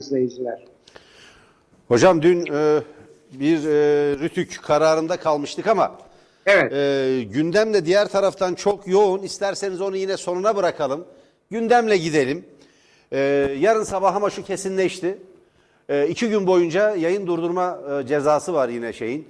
izleyiciler. Hocam dün bir Rütük kararında kalmıştık ama Evet. gündem de diğer taraftan çok yoğun. İsterseniz onu yine sonuna bırakalım. Gündemle gidelim. Yarın sabah ama şu kesinleşti. 2 gün boyunca yayın durdurma cezası var yine şeyin.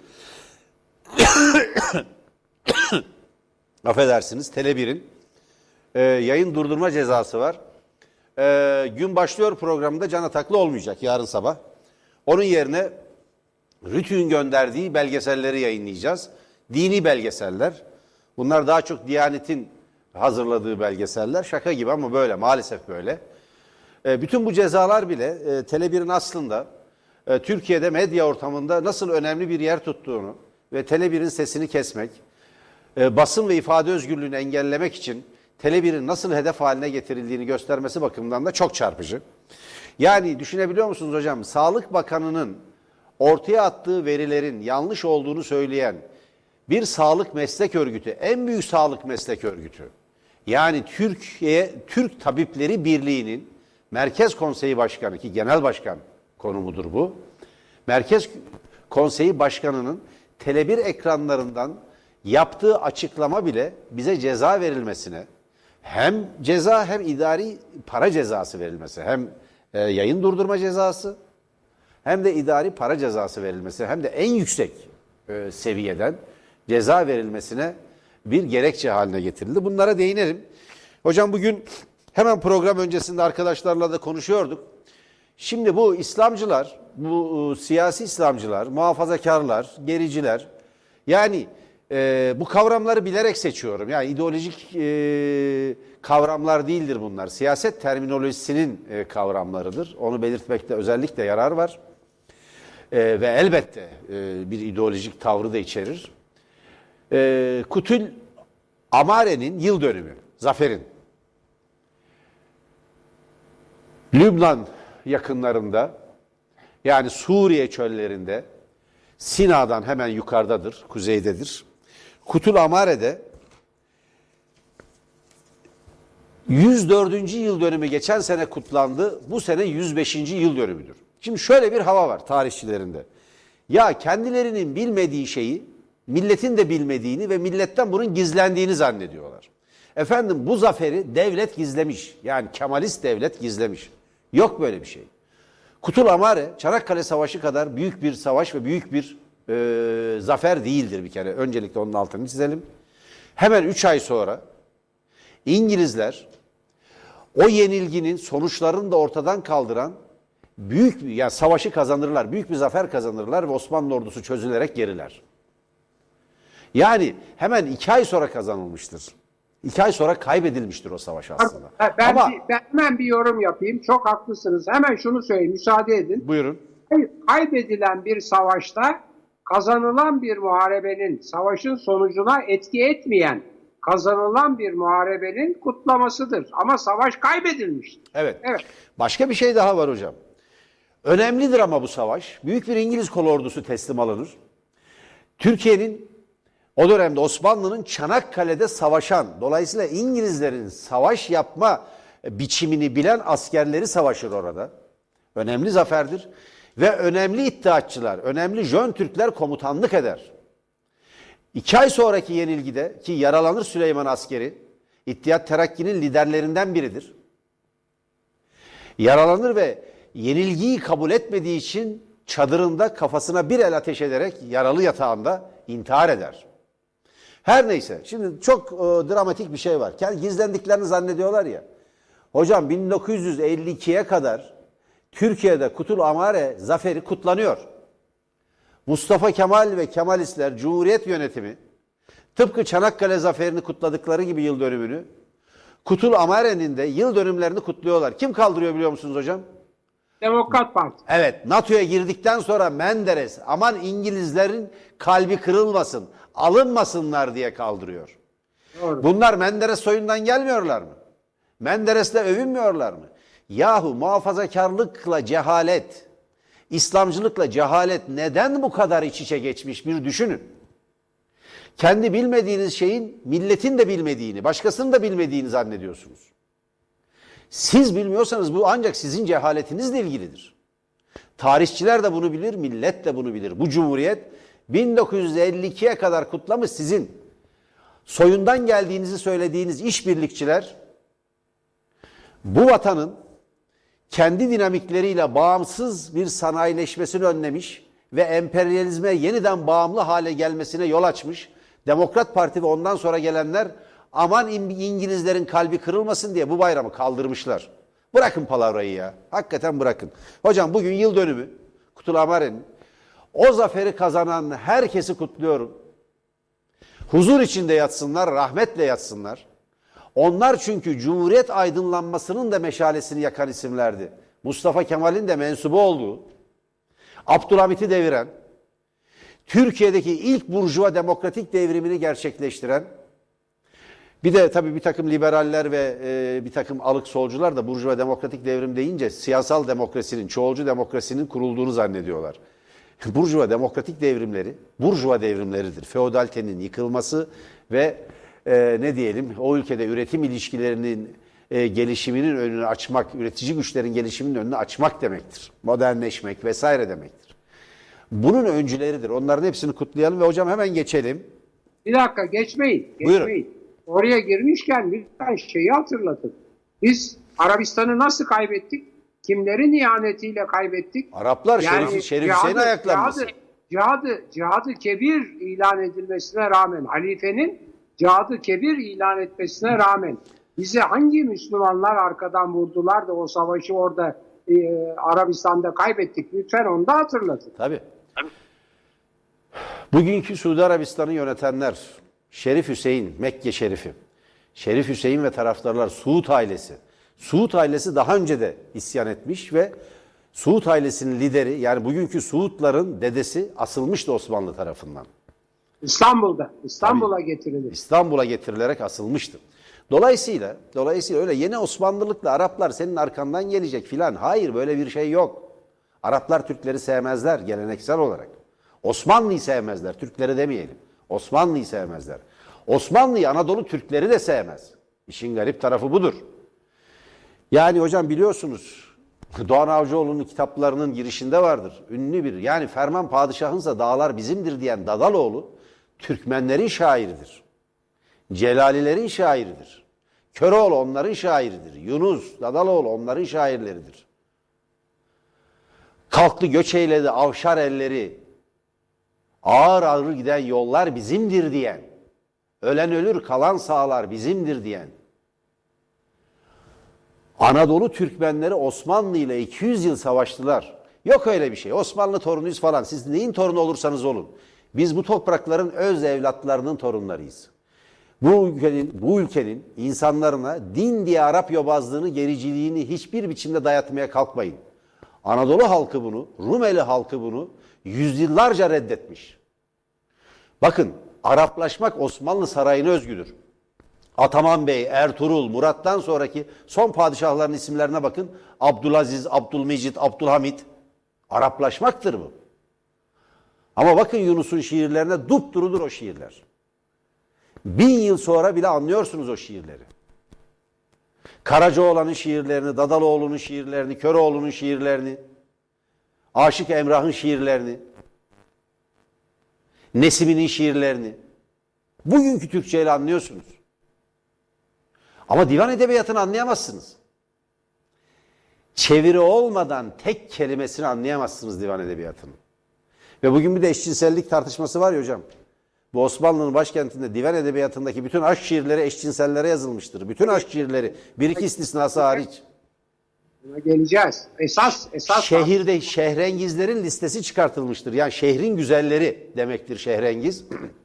Affedersiniz, Tele1'in yayın durdurma cezası var. Gün başlıyor programında Can Ataklı olmayacak yarın sabah. Onun yerine Rütük'ün gönderdiği belgeselleri yayınlayacağız. Dini belgeseller. Bunlar daha çok Diyanet'in hazırladığı belgeseller. Şaka gibi ama böyle, maalesef böyle. Bütün bu cezalar bile Tele1'in aslında Türkiye'de medya ortamında nasıl önemli bir yer tuttuğunu ve Tele1'in sesini kesmek, basın ve ifade özgürlüğünü engellemek için Tele1'in nasıl hedef haline getirildiğini göstermesi bakımından da çok çarpıcı. Yani düşünebiliyor musunuz hocam? Sağlık Bakanı'nın ortaya attığı verilerin yanlış olduğunu söyleyen bir sağlık meslek örgütü, en büyük sağlık meslek örgütü. Yani Türk Tabipleri Birliği'nin Merkez Konseyi Başkanı, ki genel başkan konumudur bu. Merkez Konseyi Başkanı'nın Tele1 ekranlarından yaptığı açıklama bile bize ceza verilmesine, hem ceza hem idari para cezası verilmesi, hem yayın durdurma cezası hem de idari para cezası verilmesi, hem de en yüksek seviyeden ceza verilmesine bir gerekçe haline getirildi. Bunlara değinelim. Hocam bugün hemen program öncesinde arkadaşlarla da konuşuyorduk. Şimdi bu İslamcılar, bu siyasi İslamcılar, muhafazakarlar, gericiler, yani bu kavramları bilerek seçiyorum. Yani ideolojik kavramlar değildir bunlar. Siyaset terminolojisinin kavramlarıdır. Onu belirtmekte özellikle yarar var. Ve elbette bir ideolojik tavrı da içerir. Kutül Amare'nin yıl dönümü, zaferin. Lübnan yakınlarında, yani Suriye çöllerinde, Sina'dan hemen yukarıdadır, kuzeydedir. Kutül Amare'de 104. yıl dönümü geçen sene kutlandı. Bu sene 105. yıl dönümüdür. Şimdi şöyle bir hava var tarihçilerinde. Ya kendilerinin bilmediği şeyi milletin de bilmediğini ve milletten bunun gizlendiğini zannediyorlar. Efendim bu zaferi devlet gizlemiş. Yani Kemalist devlet gizlemiş. Yok böyle bir şey. Kutül Amare, Çanakkale Savaşı kadar büyük bir savaş ve büyük bir zafer değildir bir kere. Öncelikle onun altını çizelim. Hemen 3 ay sonra İngilizler o yenilginin sonuçlarını da ortadan kaldıran büyük bir, yani savaşı kazanırlar, büyük bir zafer kazanırlar ve Osmanlı ordusu çözülerek geriler. Yani hemen 2 ay sonra kazanılmıştır. 2 ay sonra kaybedilmiştir o savaş aslında. Ben hemen bir yorum yapayım. Çok haklısınız. Hemen şunu söyleyeyim. Müsaade edin. Buyurun. Kaybedilen bir savaşta kazanılan bir muharebenin, savaşın sonucuna etki etmeyen kazanılan bir muharebenin kutlamasıdır. Ama savaş kaybedilmiştir. Evet. Başka bir şey daha var hocam. Önemlidir ama bu savaş. Büyük bir İngiliz kolordusu teslim alınır. Türkiye'nin o dönemde Osmanlı'nın Çanakkale'de savaşan, dolayısıyla İngilizlerin savaş yapma biçimini bilen askerleri savaşır orada. Önemli zaferdir. Ve önemli iddiatçılar, önemli Jön Türkler komutanlık eder. 2 ay sonraki yenilgide ki yaralanır Süleyman askeri, İttihat Terakki'nin liderlerinden biridir. Yaralanır ve yenilgiyi kabul etmediği için çadırında kafasına bir el ateş ederek yaralı yatağında intihar eder. Her neyse, şimdi çok dramatik bir şey var. Gizlendiklerini zannediyorlar ya. Hocam 1952'ye kadar Türkiye'de Kutül Amare zaferi kutlanıyor. Mustafa Kemal ve Kemalistler, Cumhuriyet yönetimi tıpkı Çanakkale zaferini kutladıkları gibi yıl dönümünü, Kutül Amare'nin de yıl dönümlerini kutluyorlar. Kim kaldırıyor biliyor musunuz hocam? Demokrat Parti. Evet, NATO'ya girdikten sonra Menderes, aman İngilizlerin kalbi kırılmasın, alınmasınlar diye kaldırıyor. Doğru. Bunlar Menderes soyundan gelmiyorlar mı? Menderes'le övünmüyorlar mı? Yahu muhafazakarlıkla cehalet, İslamcılıkla cehalet neden bu kadar iç içe geçmiş bir düşünün. Kendi bilmediğiniz şeyin milletin de bilmediğini, başkasının da bilmediğini zannediyorsunuz. Siz bilmiyorsanız bu ancak sizin cehaletinizle ilgilidir. Tarihçiler de bunu bilir, millet de bunu bilir. Bu cumhuriyet 1952'ye kadar kutlamış sizin. Soyundan geldiğinizi söylediğiniz işbirlikçiler bu vatanın kendi dinamikleriyle bağımsız bir sanayileşmesini önlemiş ve emperyalizme yeniden bağımlı hale gelmesine yol açmış. Demokrat Parti ve ondan sonra gelenler aman İngilizlerin kalbi kırılmasın diye bu bayramı kaldırmışlar. Bırakın palavrayı ya. Hakikaten bırakın. Hocam bugün yıl dönümü Kutul Amare'nin. O zaferi kazanan herkesi kutluyorum. Huzur içinde yatsınlar, rahmetle yatsınlar. Onlar çünkü Cumhuriyet aydınlanmasının da meşalesini yakan isimlerdi. Mustafa Kemal'in de mensubu olduğu, Abdülhamit'i deviren, Türkiye'deki ilk burjuva demokratik devrimini gerçekleştiren, bir de tabii bir takım liberaller ve bir takım alık solcular da burjuva demokratik devrim deyince siyasal demokrasinin, çoğulcu demokrasinin kurulduğunu zannediyorlar. Burjuva demokratik devrimleri, burjuva devrimleridir. Feodalitenin yıkılması ve ne diyelim o ülkede üretim ilişkilerinin gelişiminin önünü açmak, üretici güçlerin gelişiminin önünü açmak demektir. Modernleşmek vesaire demektir. Bunun öncüleridir. Onların hepsini kutlayalım ve hocam hemen geçelim. Bir dakika geçmeyin. Buyurun. Oraya girmişken bir şeyi hatırlatın. Biz Arabistan'ı nasıl kaybettik? Kimlerin ihanetiyle kaybettik? Araplar Şerif Hüseyin ayaklanması. Cihadı Kebir ilan edilmesine rağmen, halifenin Cihadı Kebir ilan etmesine rağmen bize hangi Müslümanlar arkadan vurdular da o savaşı orada Arabistan'da kaybettik? Lütfen onu da hatırlatın. Tabii. Bugünkü Suudi Arabistan'ı yönetenler, Şerif Hüseyin, Mekke Şerifi, Şerif Hüseyin ve taraftarlar, Suud ailesi. Suud ailesi daha önce de isyan etmiş ve Suud ailesinin lideri, yani bugünkü Suudların dedesi asılmıştı Osmanlı tarafından. İstanbul'a getirildi. İstanbul'a getirilerek asılmıştı. Dolayısıyla öyle yeni Osmanlılıkla Araplar senin arkandan gelecek filan. Hayır, böyle bir şey yok. Araplar Türkleri sevmezler geleneksel olarak. Osmanlı'yı sevmezler, Türkleri demeyelim. Osmanlı'yı sevmezler. Osmanlı'yı, Anadolu Türkleri de sevmez. İşin garip tarafı budur. Yani hocam biliyorsunuz Doğan Avcıoğlu'nun kitaplarının girişinde vardır. Ünlü bir, yani Ferman Padişah'ınsa dağlar bizimdir diyen Dadaloğlu Türkmenlerin şairidir. Celalilerin şairidir. Köroğlu onların şairidir. Yunus, Dadaloğlu onların şairleridir. Kalktı göç eyledi avşar elleri, ağır ağır giden yollar bizimdir diyen, ölen ölür kalan sağlar bizimdir diyen, Anadolu Türkmenleri Osmanlı ile 200 yıl savaştılar. Yok öyle bir şey. Osmanlı torunuyuz falan. Siz neyin torunu olursanız olun. Biz bu toprakların öz evlatlarının torunlarıyız. Bu ülkenin insanlarına din diye Arap yobazlığını, gericiliğini hiçbir biçimde dayatmaya kalkmayın. Anadolu halkı bunu, Rumeli halkı bunu yüzyıllarca reddetmiş. Bakın, Araplaşmak Osmanlı sarayına özgüdür. Ataman Bey, Ertuğrul, Murat'tan sonraki son padişahların isimlerine bakın. Abdülaziz, Abdülmecit, Abdülhamit. Araplaşmaktır bu. Ama bakın Yunus'un şiirlerine dupdurudur o şiirler. 1000 yıl sonra bile anlıyorsunuz o şiirleri. Karacaoğlan'ın şiirlerini, Dadaloğlu'nun şiirlerini, Köroğlu'nun şiirlerini, Aşık Emrah'ın şiirlerini, Nesimi'nin şiirlerini. Bugünkü Türkçeyle anlıyorsunuz. Ama divan edebiyatını anlayamazsınız. Çeviri olmadan tek kelimesini anlayamazsınız divan edebiyatını. Ve bugün bir de eşcinsellik tartışması var ya hocam. Bu Osmanlı'nın başkentinde divan edebiyatındaki bütün aşk şiirleri eşcinsellere yazılmıştır. Bütün aşk şiirleri, bir iki istisnası hariç. Buna geleceğiz. Esas şehirde şehrengizlerin listesi çıkartılmıştır. Yani şehrin güzelleri demektir şehrengiz.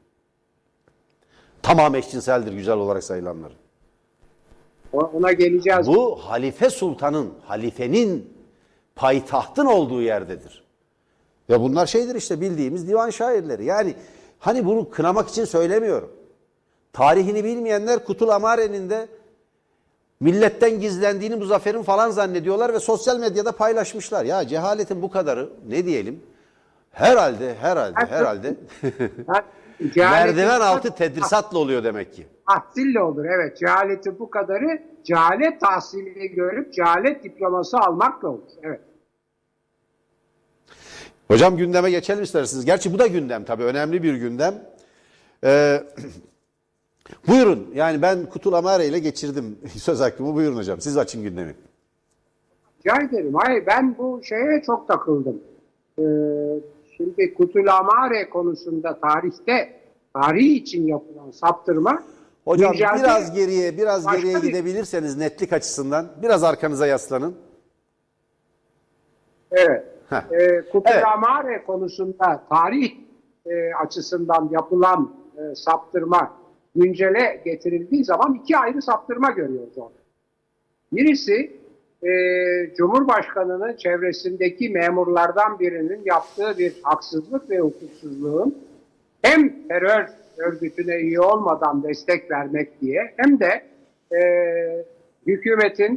Tamam eşcinseldir güzel olarak sayılanların. Ona geleceğiz. Bu halife sultanın, halifenin payitahtın olduğu yerdedir. Ve bunlar şeydir işte bildiğimiz divan şairleri. Yani hani bunu kınamak için söylemiyorum. Tarihini bilmeyenler Kutul Amare'nin de milletten gizlendiğini bu zaferin falan zannediyorlar ve sosyal medyada paylaşmışlar. Ya cehaletin bu kadarı ne diyelim? Herhalde merdiven altı tedrisatla oluyor demek ki. Tahsille olur evet. Cehaletin bu kadarı cehalet tahsilini görüp cehalet diploması almakla olur. Evet. Hocam gündeme geçelim isterseniz. Gerçi bu da gündem tabii. Önemli bir gündem. Buyurun. Yani ben Kutul Amare ile geçirdim söz hakkımı. Buyurun hocam. Siz açın gündemi. Rica ederim. Hayır, ben bu şeye çok takıldım. Şimdi Kutul Amare konusunda tarih için yapılan saptırma. Hocam güncelde biraz başka geriye bir- gidebilirseniz netlik açısından biraz arkanıza yaslanın. Evet. Kutul Evet. Amare konusunda tarih açısından yapılan saptırma güncele getirildiği zaman iki ayrı saptırma görüyoruz orada. Birisi Cumhurbaşkanı'nın çevresindeki memurlardan birinin yaptığı bir haksızlık ve hukuksuzluğun hem terör örgütüne üye olmadan destek vermek diye hem de hükümetin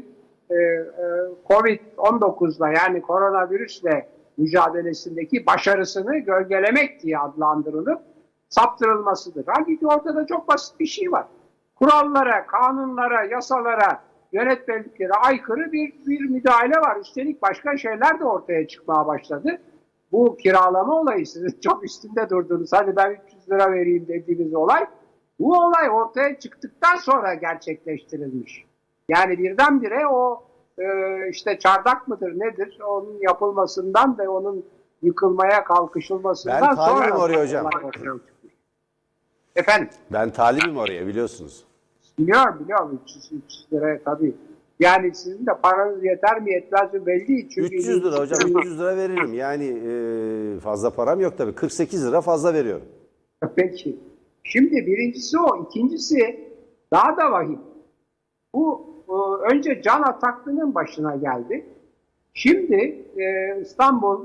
Covid-19'la yani koronavirüsle mücadelesindeki başarısını gölgelemek diye adlandırılıp saptırılmasıdır. Halbuki ortada çok basit bir şey var. Kurallara, kanunlara, yasalara, yönetmeliklere aykırı bir müdahale var. Üstelik başka şeyler de ortaya çıkmaya başladı. Bu kiralama olayı, sizin çok üstünde durduğunuz, hadi ben 300 lira vereyim dediğiniz olay, bu olay ortaya çıktıktan sonra gerçekleştirilmiş. Yani birdenbire o işte çardak mıdır nedir, onun yapılmasından ve onun yıkılmaya kalkışılmasından Ben sonra talibim oraya hocam. ortaya çıkmış. Efendim? Ben talibim oraya biliyorsunuz. Biliyorum 300 lira tabii. Yani sizin de paranız yeter mi yetmez mi belli değil. Çünkü 300 lira hocam 300 lira veririm. Yani fazla param yok tabii. 48 lira fazla veriyorum. Peki. Şimdi birincisi o. İkincisi daha da vahim. Bu önce Can Ataklı'nın başına geldi. Şimdi İstanbul,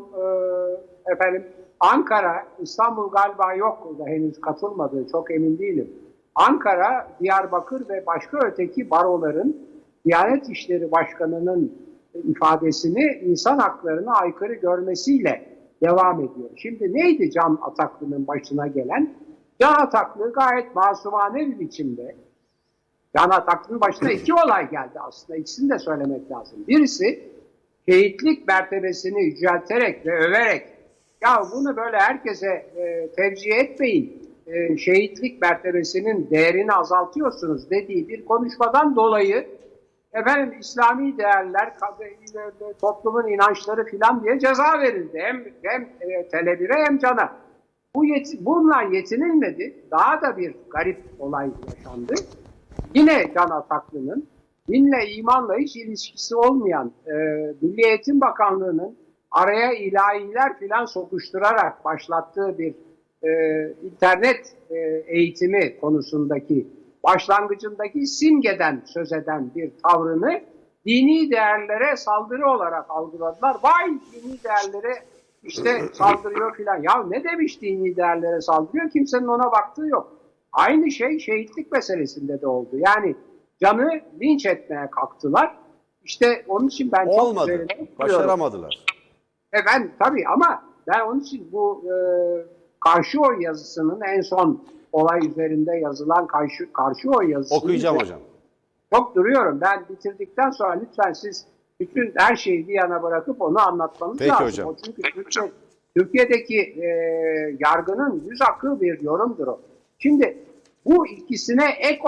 Ankara, İstanbul galiba yok burada henüz katılmadı. Çok emin değilim. Ankara, Diyarbakır ve başka öteki baroların Diyanet İşleri Başkanı'nın ifadesini insan haklarına aykırı görmesiyle devam ediyor. Şimdi neydi Can Ataklı'nın başına gelen? Can Ataklı gayet masumane bir biçimde, Can Ataklı'nın başına iki olay geldi aslında. İkisini de söylemek lazım. Birisi şehitlik mertebesini yücelterek ve överek, ya bunu böyle herkese tevcih etmeyin, şehitlik mertebesinin değerini azaltıyorsunuz dediği bir konuşmadan dolayı efendim İslami değerler, toplumun inançları filan diye ceza verildi. Hem Tele1'e hem Can'a. Bununla yetinilmedi. Daha da bir garip olay yaşandı. Yine Can Ataklı'nın dinle, imanla hiç ilişkisi olmayan Milli Eğitim Bakanlığı'nın araya ilahiler filan sokuşturarak başlattığı bir internet eğitimi konusundaki başlangıcındaki simgeden söz eden bir tavrını dini değerlere saldırı olarak algıladılar. Vay dini değerlere işte saldırıyor filan. Ya ne demiş dini değerlere saldırıyor? Kimsenin ona baktığı yok. Aynı şey şehitlik meselesinde de oldu. Yani Can'ı linç etmeye kalktılar. İşte onun için ben çok Olmadı. Başaramadılar. Ben tabii ama ben onun için bu karşı oy yazısının en son olay üzerinde yazılan karşı oy yazısını Okuyacağım hocam. çok duruyorum. Ben bitirdikten sonra lütfen siz bütün her şeyi bir yana bırakıp onu anlatmanız Peki lazım. hocam. O çünkü Türkiye'deki yargının yüz akıl bir yorumdur o. Şimdi bu ikisine ek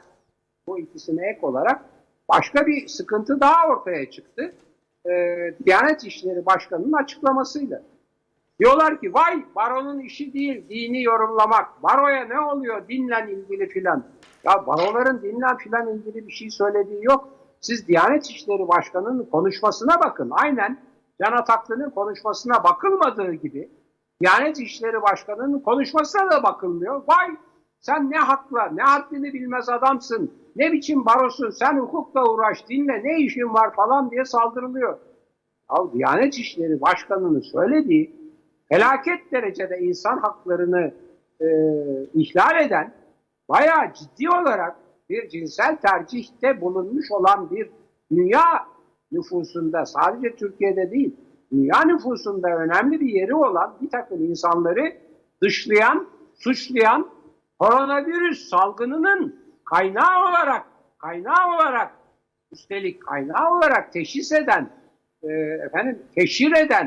olarak başka bir sıkıntı daha ortaya çıktı. Diyanet İşleri Başkanı'nın açıklamasıyla. Diyorlar ki vay baronun işi değil dini yorumlamak. Baroya ne oluyor dinle ilgili filan. Ya baroların dinle filan ilgili bir şey söylediği yok. Siz Diyanet İşleri Başkanı'nın konuşmasına bakın. Aynen Can Ataklı'nın konuşmasına bakılmadığı gibi Diyanet İşleri Başkanı'nın konuşmasına da bakılmıyor. Vay sen ne hakla, ne haddini bilmez adamsın, ne biçim barosun, sen hukukla uğraş, dinle ne işin var falan diye saldırılıyor. Ya Diyanet İşleri Başkanı'nın söylediği felaket derecede insan haklarını ihlal eden, bayağı ciddi olarak bir cinsel tercihte bulunmuş olan bir dünya nüfusunda, sadece Türkiye'de değil, dünya nüfusunda önemli bir yeri olan bir takım insanları dışlayan, suçlayan, koronavirüs salgınının kaynağı olarak teşhis eden, teşhir eden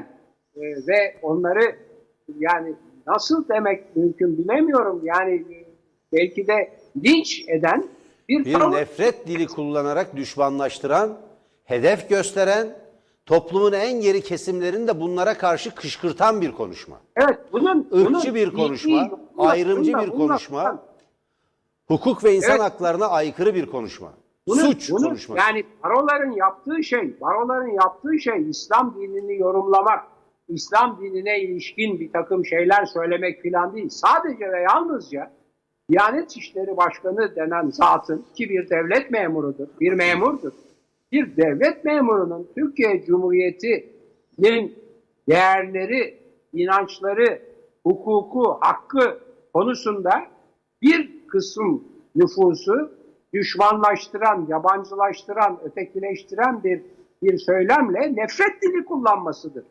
ve onları yani nasıl demek mümkün bilemiyorum. Yani belki de linç eden bir nefret dili kullanarak düşmanlaştıran, hedef gösteren, toplumun en geri kesimlerini de bunlara karşı kışkırtan bir konuşma. Evet, ırkçı bir konuşma, ayrımcı bir konuşma, hukuk ve insan haklarına aykırı bir konuşma. Suç konuşması. Yani baroların yaptığı şey İslam dinini yorumlamak, İslam dinine ilişkin bir takım şeyler söylemek filan değil. Sadece ve yalnızca Diyanet İşleri Başkanı denen zatın, ki bir devlet memurudur, bir memurdur. Bir devlet memurunun Türkiye Cumhuriyeti'nin değerleri, inançları, hukuku, hakkı konusunda bir kısım nüfusu düşmanlaştıran, yabancılaştıran, ötekileştiren bir söylemle nefret dili kullanmasıdır.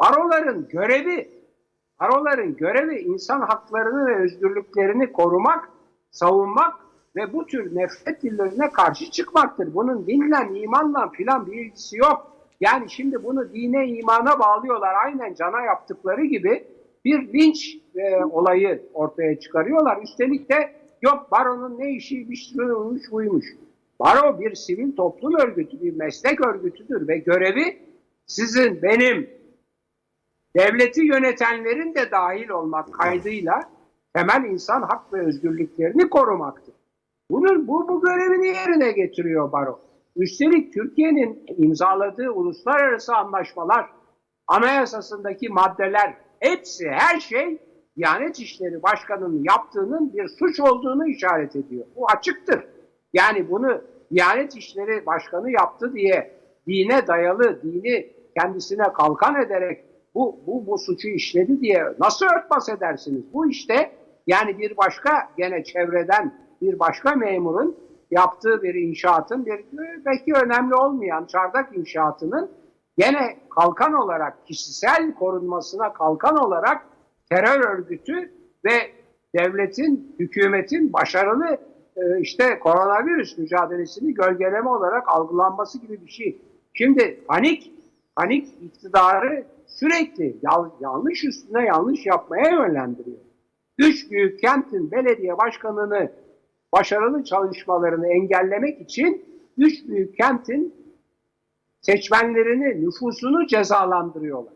Baroların görevi insan haklarını ve özgürlüklerini korumak, savunmak ve bu tür nefret dillerine karşı çıkmaktır. Bunun dinle, imanla filan bir ilgisi yok. Yani şimdi bunu dine, imana bağlıyorlar. Aynen Can'a yaptıkları gibi bir linç olayı ortaya çıkarıyorlar. Üstelik de yok baronun ne işiymiş, buymuş. Baro bir sivil toplum örgütü, bir meslek örgütüdür ve görevi sizin, benim, devleti yönetenlerin de dahil olmak kaydıyla temel insan hak ve özgürlüklerini korumaktır. Bu görevini yerine getiriyor baro. Üstelik Türkiye'nin imzaladığı uluslararası anlaşmalar, anayasasındaki maddeler, hepsi, her şey Diyanet İşleri Başkanı'nın yaptığının bir suç olduğunu işaret ediyor. Bu açıktır. Yani bunu Diyanet İşleri Başkanı yaptı diye dine dayalı, dini kendisine kalkan ederek bu suçu işledi diye nasıl örtbas edersiniz? Bu işte yani bir başka gene çevreden bir başka memurun yaptığı bir inşaatın, bir belki önemli olmayan çardak inşaatının gene kalkan olarak, kişisel korunmasına kalkan olarak terör örgütü ve devletin, hükümetin başarılı işte koronavirüs mücadelesini gölgeleme olarak algılanması gibi bir şey. Şimdi panik iktidarı sürekli yanlış üstüne yanlış yapmaya yönlendiriyor. Üç büyük kentin belediye başkanını başarılı çalışmalarını engellemek için üç büyük kentin seçmenlerini, nüfusunu cezalandırıyorlar.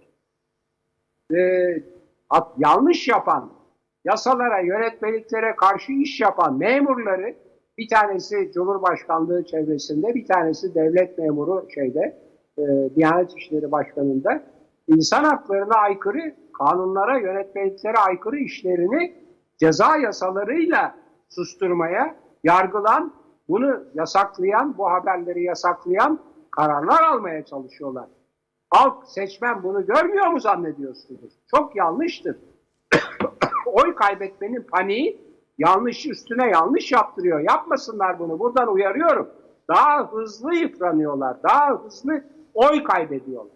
Yanlış yapan, yasalara, yönetmeliklere karşı iş yapan memurları, bir tanesi Cumhurbaşkanlığı çevresinde, bir tanesi devlet memuru Diyanet İşleri Başkanı'nda, insan haklarına aykırı, kanunlara, yönetmeliklere aykırı işlerini ceza yasalarıyla susturmaya, yargılan, bunu yasaklayan, bu haberleri yasaklayan kararlar almaya çalışıyorlar. Halk, seçmen bunu görmüyor mu zannediyorsunuz? Çok yanlıştır. Oy kaybetmenin paniği yanlış üstüne yanlış yaptırıyor. Yapmasınlar bunu. Buradan uyarıyorum. Daha hızlı yıpranıyorlar. Daha hızlı oy kaybediyorlar.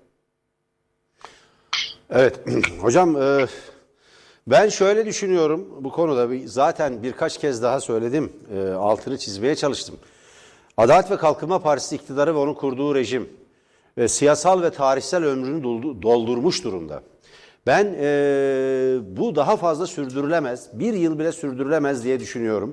Evet. Hocam ben şöyle düşünüyorum bu konuda. Zaten birkaç kez daha söyledim. Altını çizmeye çalıştım. Adalet ve Kalkınma Partisi iktidarı ve onun kurduğu rejim siyasal ve tarihsel ömrünü doldurmuş durumda. Ben bu daha fazla sürdürülemez, bir yıl bile sürdürülemez diye düşünüyorum.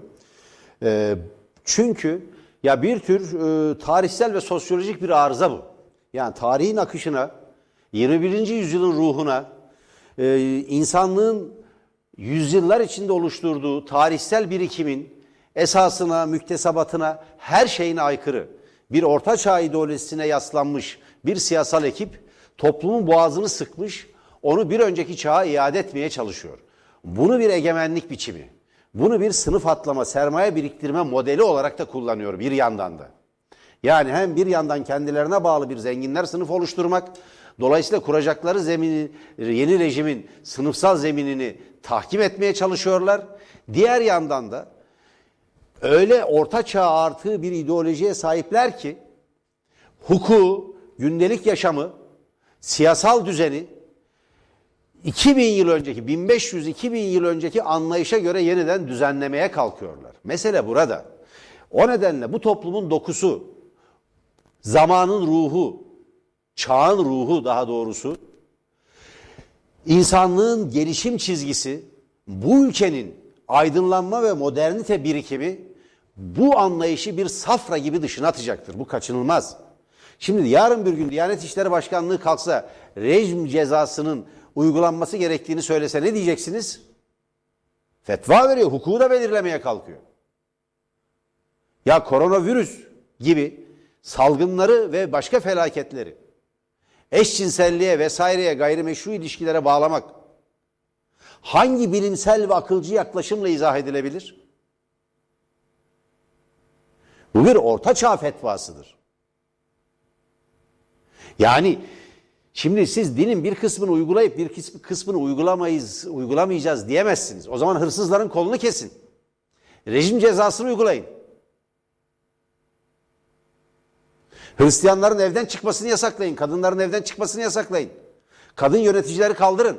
Çünkü ya bir tür tarihsel ve sosyolojik bir arıza bu. Yani tarihin akışına, 21. yüzyılın ruhuna, insanlığın yüzyıllar içinde oluşturduğu tarihsel birikimin esasına, müktesebatına, her şeyine aykırı bir ortaçağ ideolojisine yaslanmış bir siyasal ekip toplumun boğazını sıkmış, onu bir önceki çağa iade etmeye çalışıyor. Bunu bir egemenlik biçimi, bunu bir sınıf atlama, sermaye biriktirme modeli olarak da kullanıyor bir yandan da. Yani hem bir yandan kendilerine bağlı bir zenginler sınıfı oluşturmak, dolayısıyla kuracakları zemini, yeni rejimin sınıfsal zeminini tahkim etmeye çalışıyorlar. Diğer yandan da öyle orta çağ artığı bir ideolojiye sahipler ki hukuku, gündelik yaşamı, siyasal düzeni 2000 yıl önceki, 1500-2000 yıl önceki anlayışa göre yeniden düzenlemeye kalkıyorlar. Mesele burada. O nedenle bu toplumun dokusu, zamanın ruhu, çağın ruhu daha doğrusu, İnsanlığın gelişim çizgisi, bu ülkenin aydınlanma ve modernite birikimi bu anlayışı bir safra gibi dışına atacaktır. Bu kaçınılmaz. Şimdi yarın bir gün Diyanet İşleri Başkanlığı kalksa rejim cezasının uygulanması gerektiğini söylese ne diyeceksiniz? Fetva veriyor, hukuku da belirlemeye kalkıyor. Ya koronavirüs gibi salgınları ve başka felaketleri eşcinselliğe vesaireye, gayrimeşru ilişkilere bağlamak hangi bilimsel ve akılcı yaklaşımla izah edilebilir? Bu bir ortaçağ fetvasıdır. Yani şimdi siz dinin bir kısmını uygulayıp bir kısmını uygulamayacağız diyemezsiniz. O zaman hırsızların kolunu kesin. Rejim cezasını uygulayın. Hristiyanların evden çıkmasını yasaklayın. Kadınların evden çıkmasını yasaklayın. Kadın yöneticileri kaldırın.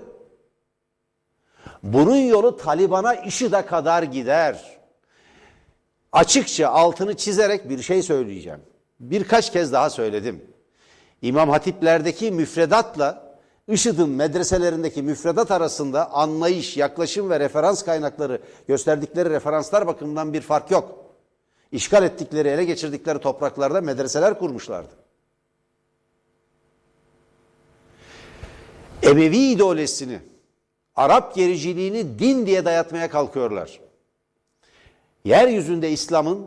Bunun yolu Taliban'a IŞİD'e kadar gider. Açıkça altını çizerek bir şey söyleyeceğim. Birkaç kez daha söyledim. İmam hatiplerdeki müfredatla IŞİD'in medreselerindeki müfredat arasında anlayış, yaklaşım ve referans kaynakları gösterdikleri referanslar bakımından bir fark yok. İşgal ettikleri, ele geçirdikleri topraklarda medreseler kurmuşlardı. Emevi ideolojisini, Arap gericiliğini din diye dayatmaya kalkıyorlar. Yeryüzünde İslam'ın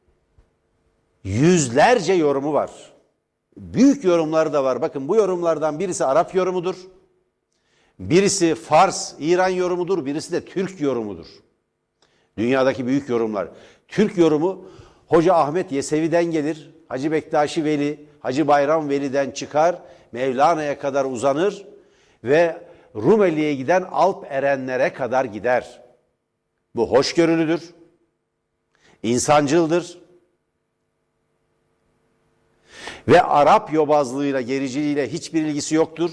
yüzlerce yorumu var. Büyük yorumları da var. Bakın bu yorumlardan birisi Arap yorumudur. Birisi Fars, İran yorumudur. Birisi de Türk yorumudur. Dünyadaki büyük yorumlar. Türk yorumu Hoca Ahmet Yesevi'den gelir. Hacı Bektaşi Veli, Hacı Bayram Veli'den çıkar. Mevlana'ya kadar uzanır ve Rumeli'ye giden Alp erenlere kadar gider. Bu hoşgörülüdür. İnsancıldır. Ve Arap yobazlığıyla, gericiliğiyle hiçbir ilgisi yoktur.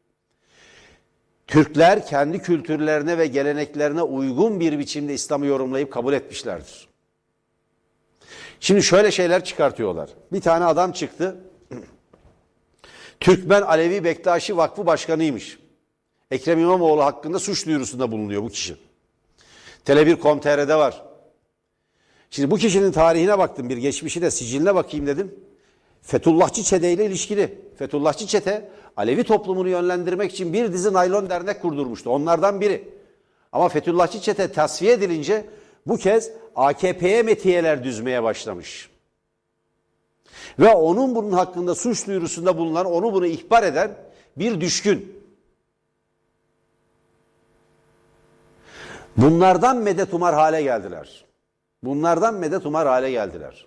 Türkler kendi kültürlerine ve geleneklerine uygun bir biçimde İslam'ı yorumlayıp kabul etmişlerdir. Şimdi şöyle şeyler çıkartıyorlar. Bir tane adam çıktı. Türkmen Alevi Bektaşi Vakfı Başkanıymış. Ekrem İmamoğlu hakkında suç duyurusunda bulunuyor bu kişi. Tele1.com.tr'de var. Şimdi bu kişinin tarihine baktım, bir geçmişi de siciline bakayım dedim. Fethullahçı çete ile ilişkili. Fethullahçı çete Alevi toplumunu yönlendirmek için bir dizi naylon dernek kurdurmuştu. Onlardan biri. Ama Fethullahçı çete tasfiye edilince bu kez AKP'ye metiyeler düzmeye başlamış. Ve onun bunun hakkında suç duyurusunda bulunan, onu bunu ihbar eden bir düşkün. Bunlardan medet umar hale geldiler. Bunlardan medet umar hale geldiler.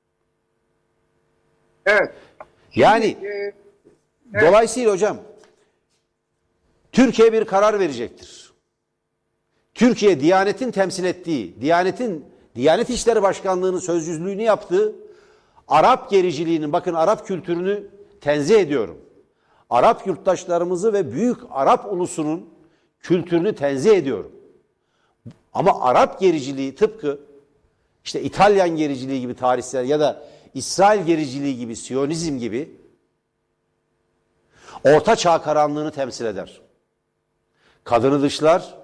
Evet. Yani dolayısıyla hocam Türkiye bir karar verecektir. Türkiye Diyanet'in temsil ettiği, Diyanet İşleri Başkanlığı'nın sözcülüğünü yaptığı Arap gericiliğinin, bakın Arap kültürünü tenzih ediyorum. Arap yurttaşlarımızı ve büyük Arap ulusunun kültürünü tenzih ediyorum. Ama Arap gericiliği tıpkı işte İtalyan gericiliği gibi tarihsel ya da İsrail gericiliği gibi, Siyonizm gibi Orta Çağ karanlığını temsil eder. Kadını dışlar,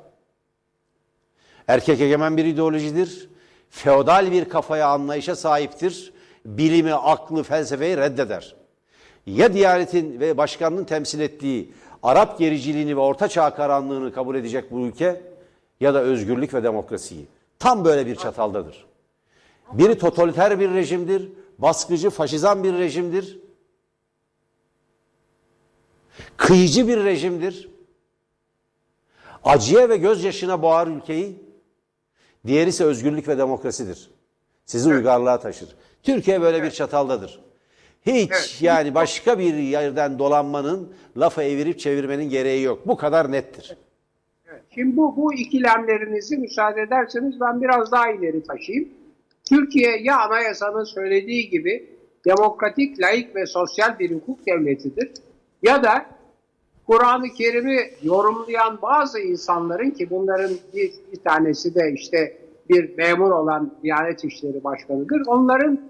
erkek egemen bir ideolojidir, feodal bir kafaya, anlayışa sahiptir, bilimi, aklı, felsefeyi reddeder. Ya Diyanet'in ve başkanlığın temsil ettiği Arap gericiliğini ve Orta Çağ karanlığını kabul edecek bu ülke ya da özgürlük ve demokrasiyi. Tam böyle bir çataldadır. Biri totaliter bir rejimdir, baskıcı, faşizan bir rejimdir, kıyıcı bir rejimdir, acıya ve gözyaşına boğar ülkeyi, diğeri ise özgürlük ve demokrasidir. Sizi uygarlığa taşır. Türkiye böyle bir çataldadır. Hiç yani başka bir yerden dolanmanın, lafa evirip çevirmenin gereği yok. Bu kadar nettir. Şimdi bu ikilemlerinizi müsaade ederseniz ben biraz daha ileri taşıyayım. Türkiye ya anayasanın söylediği gibi demokratik, laik ve sosyal bir hukuk devletidir ya da Kur'an-ı Kerim'i yorumlayan bazı insanların, ki bunların bir tanesi de işte bir memur olan Diyanet İşleri Başkanı'dır. Onların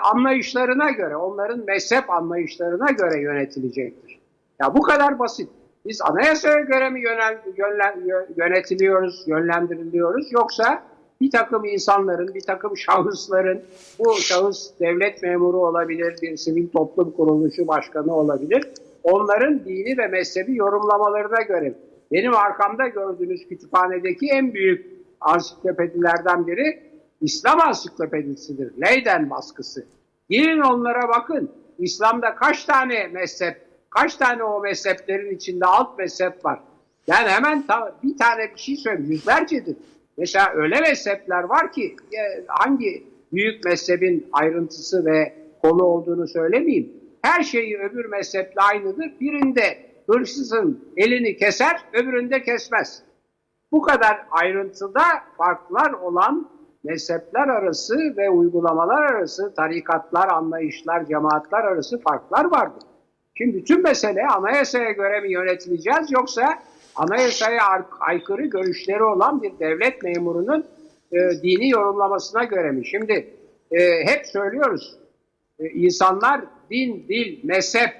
anlayışlarına göre, onların mezhep anlayışlarına göre yönetilecektir. Ya bu kadar basit. Biz anayasaya göre mi yönetiliyoruz, yönlendiriliyoruz, yoksa bir takım insanların, bir takım şahısların, bu şahıs devlet memuru olabilir, bir sivil toplum kuruluşu başkanı olabilir, onların dini ve mezhebi yorumlamalarına göre. Benim arkamda gördüğünüz kütüphanedeki en büyük ansiklopedilerden biri İslam ansiklopedisidir. Leyden baskısı. Girin onlara bakın. İslam'da kaç tane mezhep, kaç tane o mezheplerin içinde alt mezhep var. Yani hemen bir tane bir şey söyleyeyim. Yüzlercedir. Mesela öyle mezhepler var ki hangi büyük mezhebin ayrıntısı ve konu olduğunu söylemeyeyim. Her şeyi öbür mezheple aynıdır. Birinde hırsızın elini keser, öbüründe kesmez. Bu kadar ayrıntıda farklar olan mezhepler arası ve uygulamalar arası, tarikatlar, anlayışlar, cemaatler arası farklar vardır. Şimdi bütün mesele anayasaya göre mi yönetileceğiz, yoksa anayasaya aykırı görüşleri olan bir devlet memurunun dini yorumlamasına göre mi? Şimdi hep söylüyoruz, insanlar din, dil, mezhep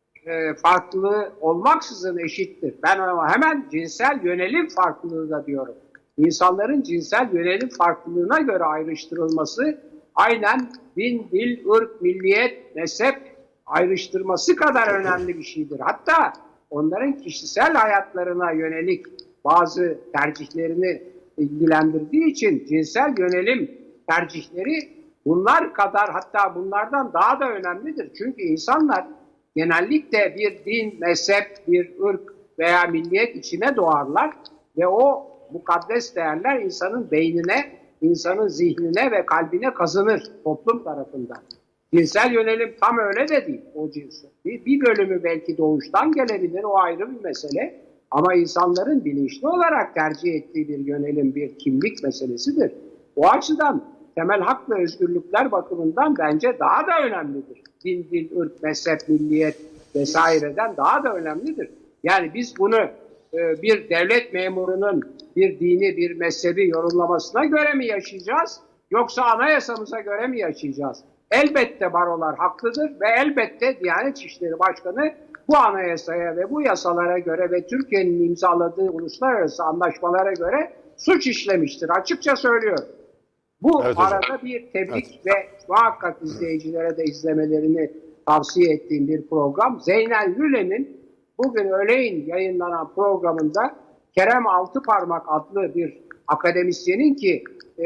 farklılığı olmaksızın eşittir. Ben hemen cinsel yönelim farklılığı da diyorum. İnsanların cinsel yönelim farklılığına göre ayrıştırılması aynen din, dil, ırk, milliyet, mezhep ayrıştırması kadar önemli bir şeydir. Hatta onların kişisel hayatlarına yönelik bazı tercihlerini ilgilendirdiği için cinsel yönelim tercihleri bunlar kadar, hatta bunlardan daha da önemlidir. Çünkü insanlar genellikle bir din, mezhep, bir ırk veya milliyet içine doğarlar ve o mukaddes değerler insanın beynine, insanın zihnine ve kalbine kazınır toplum tarafından. Cinsel yönelim tam öyle de değil o cinsel. Bir bölümü belki doğuştan gelebilir, o ayrı bir mesele. Ama insanların bilinçli olarak tercih ettiği bir yönelim, bir kimlik meselesidir. O açıdan temel hak ve özgürlükler bakımından bence daha da önemlidir. Din, dil, ırk, mezhep, milliyet vesaireden daha da önemlidir. Yani biz bunu bir devlet memurunun bir dini, bir mezhebi yorumlamasına göre mi yaşayacağız, yoksa anayasamıza göre mi yaşayacağız? Elbette barolar haklıdır ve elbette Diyanet İşleri Başkanı bu anayasaya ve bu yasalara göre ve Türkiye'nin imzaladığı uluslararası anlaşmalara göre suç işlemiştir. Açıkça söylüyorum. Bu evet, arada hocam. bir tebrik ve muhakkak izleyicilere de izlemelerini tavsiye ettiğim bir program. Zeynel Gülen'in bugün öğleyin yayınlanan programında Kerem Altıparmak adlı bir akademisyenin ki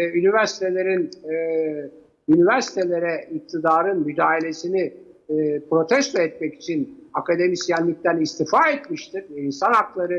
üniversitelere iktidarın müdahalesini protesto etmek için akademisyenlikten istifa etmiştir. İnsan Hakları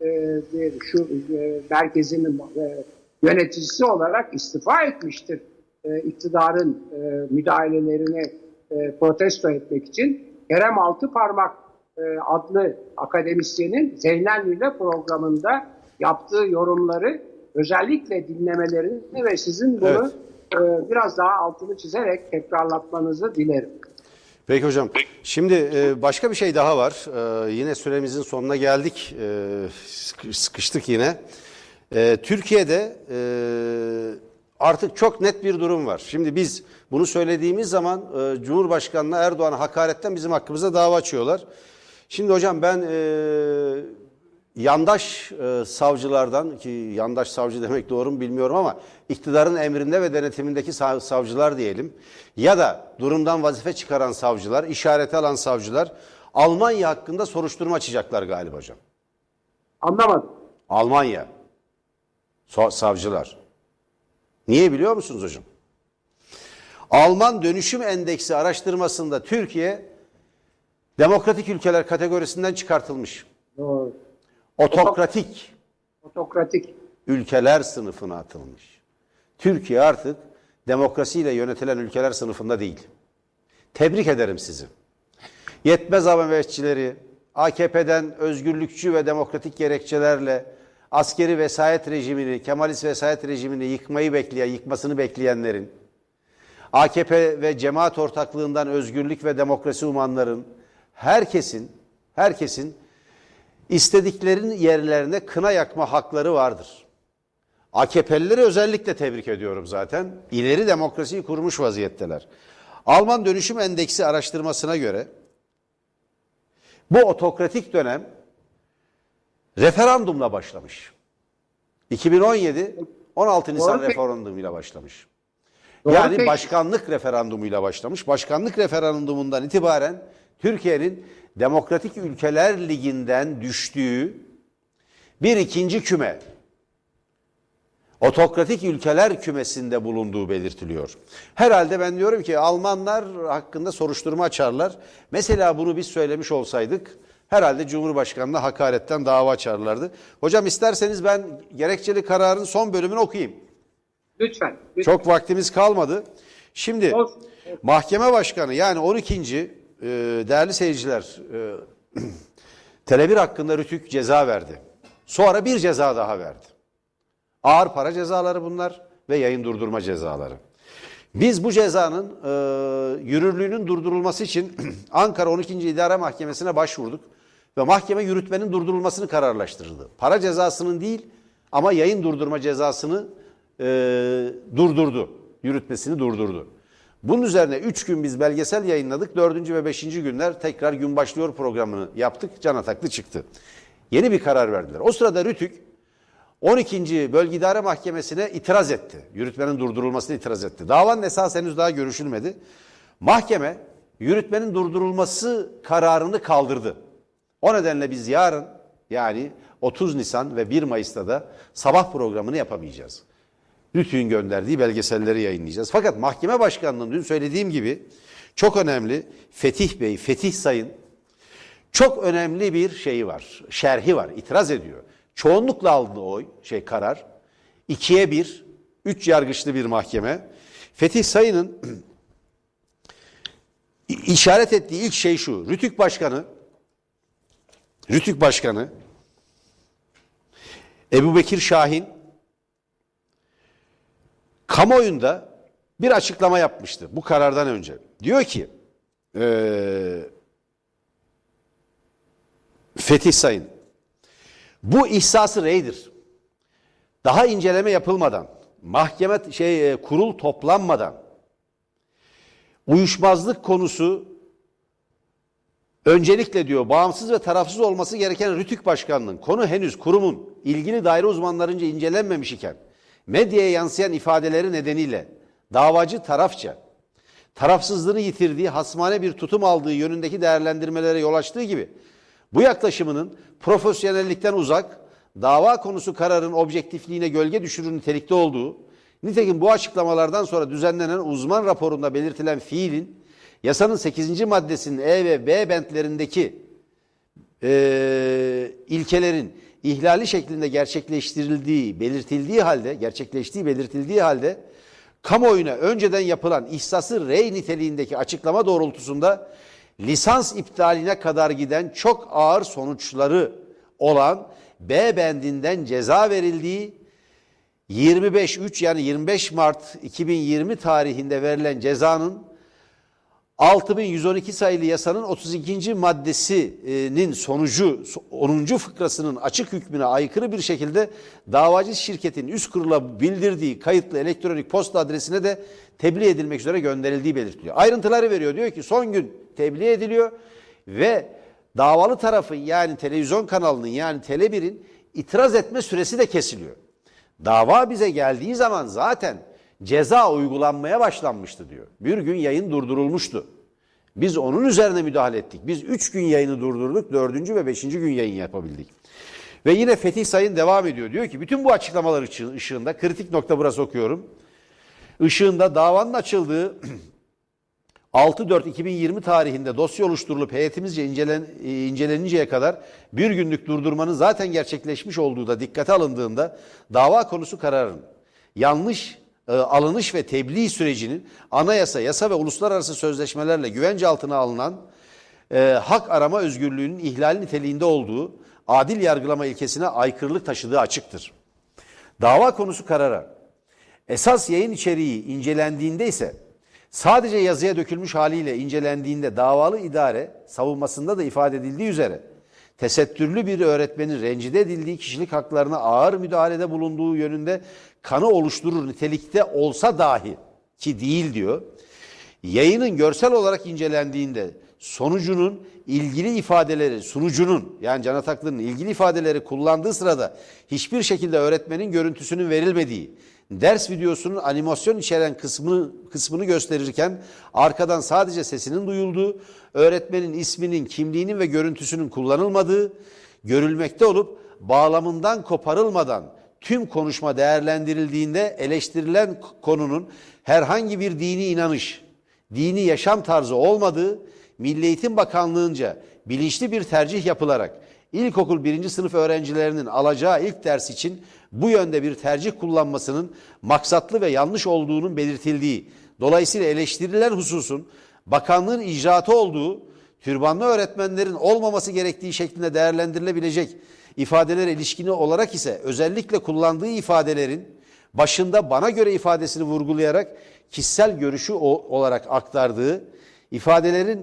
merkezinin yöneticisi olarak istifa etmiştir. İktidarın müdahalelerini protesto etmek için. Kerem Altıparmak adlı akademisyenin Zeynel Gülen programında yaptığı yorumları özellikle dinlemelerini ve sizin bunu biraz daha altını çizerek tekrarlatmanızı dilerim. Peki hocam. Şimdi başka bir şey daha var. Yine süremizin sonuna geldik. Sıkıştık yine. Türkiye'de artık çok net bir durum var. Şimdi biz bunu söylediğimiz zaman Cumhurbaşkanı'na Erdoğan'a hakaretten bizim hakkımıza dava açıyorlar. Şimdi hocam ben yandaş savcılardan, ki yandaş savcı demek doğru mu bilmiyorum ama iktidarın emrinde ve denetimindeki savcılar diyelim ya da durumdan vazife çıkaran savcılar, işareti alan savcılar Almanya hakkında soruşturma açacaklar galiba hocam. Anlamadım. Almanya savcılar. Niye biliyor musunuz hocam? Alman Dönüşüm Endeksi araştırmasında Türkiye demokratik ülkeler kategorisinden çıkartılmış. Doğru. Otokratik ülkeler sınıfına atılmış. Türkiye artık demokrasiyle yönetilen ülkeler sınıfında değil. Tebrik ederim sizi. Yetmez Mehmetçileri, AKP'den özgürlükçü ve demokratik gerekçelerle askeri vesayet rejimini, Kemalist vesayet rejimini yıkmasını bekleyenlerin, AKP ve cemaat ortaklığından özgürlük ve demokrasi umanların, herkesin istediklerinin yerlerine kına yakma hakları vardır. AKP'lileri özellikle tebrik ediyorum zaten. İleri demokrasiyi kurmuş vaziyetteler. Alman Dönüşüm Endeksi araştırmasına göre bu otokratik dönem referandumla başlamış. 2017 16 Nisan Doğru. referandumuyla başlamış. Doğru Yani peki. başkanlık referandumuyla başlamış. Başkanlık referandumundan itibaren Türkiye'nin Demokratik Ülkeler Ligi'nden düştüğü bir ikinci küme, otokratik ülkeler kümesinde bulunduğu belirtiliyor. Herhalde ben diyorum ki Almanlar hakkında soruşturma açarlar. Mesela bunu biz söylemiş olsaydık herhalde Cumhurbaşkanı'na hakaretten dava açarlardı. Hocam isterseniz ben gerekçeli kararın son bölümünü okuyayım. Lütfen. Çok vaktimiz kalmadı. Şimdi Olsun. mahkeme başkanı yani 12. Değerli seyirciler Tele1 hakkında Rütük ceza verdi. Sonra bir ceza daha verdi. Ağır para cezaları bunlar ve yayın durdurma cezaları. Biz bu cezanın yürürlüğünün durdurulması için Ankara 12. İdare Mahkemesi'ne başvurduk ve mahkeme yürütmenin durdurulmasını kararlaştırdı. Para cezasının değil ama yayın durdurma cezasını durdurdu. Yürütmesini durdurdu. Bunun üzerine 3 gün biz belgesel yayınladık. 4. ve 5. günler tekrar Gün Başlıyor programını yaptık. Can Ataklı çıktı. Yeni bir karar verdiler. O sırada Rütük 12. Bölge İdare Mahkemesi'ne itiraz etti. Yürütmenin durdurulmasına itiraz etti. Davanın esası henüz daha görüşülmedi. Mahkeme yürütmenin durdurulması kararını kaldırdı. O nedenle biz yarın yani 30 Nisan ve 1 Mayıs'ta da sabah programını yapamayacağız. Rütük'ün gönderdiği belgeselleri yayınlayacağız. Fakat mahkeme başkanlığının dün söylediğim gibi çok önemli Fetih Bey, Fetih Sayın çok önemli bir şeyi var, şerhi var, itiraz ediyor. Çoğunlukla aldığı karar 2'ye 1, 3 yargıçlı bir mahkeme. Fetih Sayın'ın işaret ettiği ilk şey şu. Rütük Başkanı Ebubekir Şahin kamuoyunda bir açıklama yapmıştı bu karardan önce. Diyor ki Fetih Sayın bu ihsas-ı reydir. Daha inceleme yapılmadan, mahkeme kurul toplanmadan uyuşmazlık konusu öncelikle diyor bağımsız ve tarafsız olması gereken Rütük Başkanlığı'nın konu henüz kurumun ilgili daire uzmanlarınca incelenmemiş iken medyaya yansıyan ifadeleri nedeniyle davacı tarafça tarafsızlığını yitirdiği, hasmane bir tutum aldığı yönündeki değerlendirmelere yol açtığı gibi bu yaklaşımının profesyonellikten uzak, dava konusu kararın objektifliğine gölge düşürür nitelikte olduğu, nitekim bu açıklamalardan sonra düzenlenen uzman raporunda belirtilen fiilin, yasanın 8. maddesinin E ve B bentlerindeki ilkelerin ihlali şeklinde gerçekleştiği belirtildiği halde, kamuoyuna önceden yapılan ihsası rey niteliğindeki açıklama doğrultusunda lisans iptaline kadar giden çok ağır sonuçları olan B bendinden ceza verildiği 25 yani 25 Mart 2020 tarihinde verilen cezanın 6112 sayılı yasanın 32. maddesinin sonucu 10. fıkrasının açık hükmüne aykırı bir şekilde davacı şirketin üst kurula bildirdiği kayıtlı elektronik posta adresine de tebliğ edilmek üzere gönderildiği belirtiliyor. Ayrıntıları veriyor. Diyor ki son gün tebliğ ediliyor ve davalı tarafın yani televizyon kanalının yani Tele1'in itiraz etme süresi de kesiliyor. Dava bize geldiği zaman zaten ceza uygulanmaya başlanmıştı diyor. Bir gün yayın durdurulmuştu. Biz onun üzerine müdahale ettik. Biz 3 gün yayını durdurduk, 4. ve 5. gün yayın yapabildik. Ve yine Fetih Sayın devam ediyor. Diyor ki bütün bu açıklamalar ışığında, kritik nokta burası okuyorum. Işığında davanın açıldığı 6-4-2020 tarihinde dosya oluşturulup heyetimizce inceleninceye kadar bir günlük durdurmanın zaten gerçekleşmiş olduğu da dikkate alındığında dava konusu kararın yanlış alınış ve tebliğ sürecinin anayasa, yasa ve uluslararası sözleşmelerle güvence altına alınan hak arama özgürlüğünün ihlali niteliğinde olduğu adil yargılama ilkesine aykırılık taşıdığı açıktır. Dava konusu karara esas yayın içeriği incelendiğinde ise sadece yazıya dökülmüş haliyle incelendiğinde davalı idare savunmasında da ifade edildiği üzere tesettürlü bir öğretmenin rencide edildiği kişilik haklarına ağır müdahalede bulunduğu yönünde kanı oluşturur nitelikte olsa dahi ki değil diyor. Yayının görsel olarak incelendiğinde sunucunun yani Can Ataklı'nın ilgili ifadeleri kullandığı sırada hiçbir şekilde öğretmenin görüntüsünün verilmediği, ders videosunun animasyon içeren kısmını gösterirken arkadan sadece sesinin duyulduğu, öğretmenin isminin, kimliğinin ve görüntüsünün kullanılmadığı, görülmekte olup bağlamından koparılmadan tüm konuşma değerlendirildiğinde eleştirilen konunun herhangi bir dini inanış, dini yaşam tarzı olmadığı, Milli Eğitim Bakanlığı'nca bilinçli bir tercih yapılarak ilkokul 1. sınıf öğrencilerinin alacağı ilk ders için bu yönde bir tercih kullanmasının maksatlı ve yanlış olduğunun belirtildiği, dolayısıyla eleştirilen hususun bakanlığın icraatı olduğu, türbanlı öğretmenlerin olmaması gerektiği şeklinde değerlendirilebilecek ifadelere ilişkin olarak ise özellikle kullandığı ifadelerin başında bana göre ifadesini vurgulayarak kişisel görüşü olarak aktardığı ifadelerin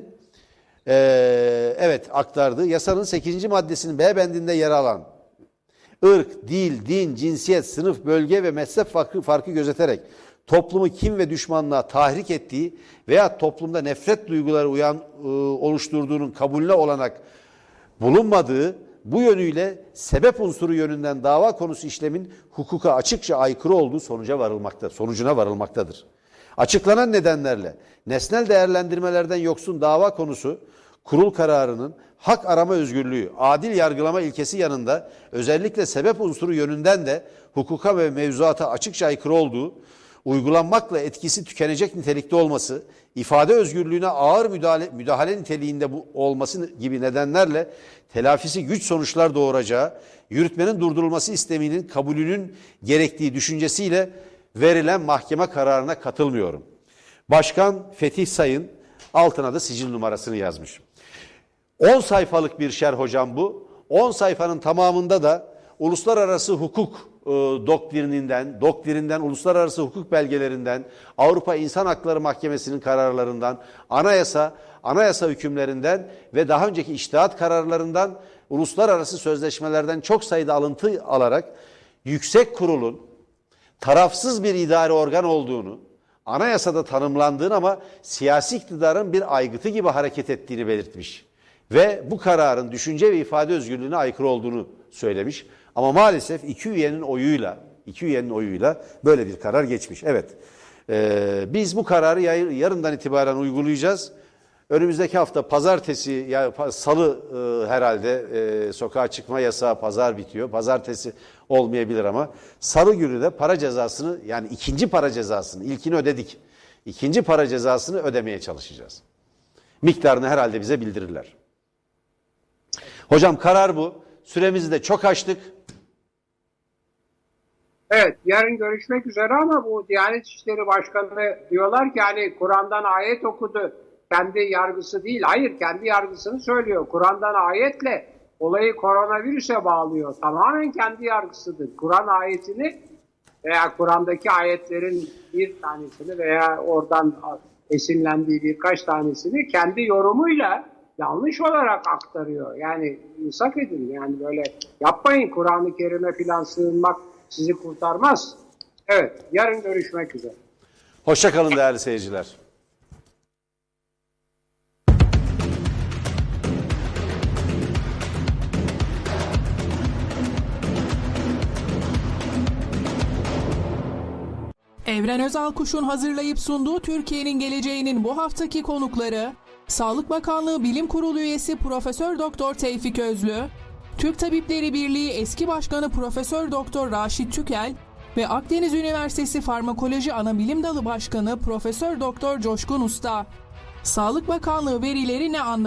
aktardığı yasanın 8. maddesinin B bendinde yer alan ırk, dil, din, cinsiyet, sınıf, bölge ve mezhep farkı gözeterek toplumu kin ve düşmanlığa tahrik ettiği veya toplumda nefret duyguları oluşturduğunun kabulüne olanak bulunmadığı, bu yönüyle sebep unsuru yönünden dava konusu işlemin hukuka açıkça aykırı olduğu sonucuna varılmaktadır. Açıklanan nedenlerle nesnel değerlendirmelerden yoksun dava konusu, kurul kararının hak arama özgürlüğü, adil yargılama ilkesi yanında özellikle sebep unsuru yönünden de hukuka ve mevzuata açıkça aykırı olduğu, uygulanmakla etkisi tükenecek nitelikte olması, ifade özgürlüğüne ağır müdahale niteliğinde olması gibi nedenlerle telafisi güç sonuçlar doğuracağı, yürütmenin durdurulması isteminin kabulünün gerektiği düşüncesiyle verilen mahkeme kararına katılmıyorum. Başkan Fetih Sayın altına da sicil numarasını yazmış. 10 sayfalık bir şerh hocam bu. 10 sayfanın tamamında da uluslararası hukuk doktrininden, uluslararası hukuk belgelerinden, Avrupa İnsan Hakları Mahkemesi'nin kararlarından, anayasa hükümlerinden ve daha önceki içtihat kararlarından, uluslararası sözleşmelerden çok sayıda alıntı alarak yüksek kurulun tarafsız bir idari organ olduğunu, anayasada tanımlandığını ama siyasi iktidarın bir aygıtı gibi hareket ettiğini belirtmiş. Ve bu kararın düşünce ve ifade özgürlüğüne aykırı olduğunu söylemiş. Ama maalesef iki üyenin oyuyla böyle bir karar geçmiş. Evet, biz bu kararı yarından itibaren uygulayacağız. Önümüzdeki hafta pazartesi, salı herhalde sokağa çıkma yasağı, pazar bitiyor. Pazartesi olmayabilir ama salı günü de para cezasını, yani ikinci para cezasını, ilkini ödedik. İkinci para cezasını ödemeye çalışacağız. Miktarını herhalde bize bildirirler. Hocam karar bu. Süremizi de çok aştık. Evet, yarın görüşmek üzere ama bu Diyanet İşleri Başkanı diyorlar ki hani Kur'an'dan ayet okudu, kendi yargısı değil. Hayır, kendi yargısını söylüyor. Kur'an'dan ayetle olayı koronavirüse bağlıyor. Tamamen kendi yargısıdır. Kur'an ayetini veya Kur'an'daki ayetlerin bir tanesini veya oradan esinlendiği birkaç tanesini kendi yorumuyla yanlış olarak aktarıyor. Yani insaf edin, yani böyle yapmayın. Kur'an-ı Kerim'e filan sığınmak sizi kurtarmaz. Evet, yarın görüşmek üzere. Hoşça kalın değerli seyirciler. Evren Özalkuş'un hazırlayıp sunduğu Türkiye'nin geleceğinin bu haftaki konukları, Sağlık Bakanlığı Bilim Kurulu üyesi Profesör Doktor Tevfik Özlü, Türk Tabipleri Birliği eski başkanı Profesör Doktor Raşit Tükel ve Akdeniz Üniversitesi Farmakoloji Anabilim Dalı Başkanı Profesör Doktor Coşkun Usta. Sağlık Bakanlığı verileri ne anlatıyor?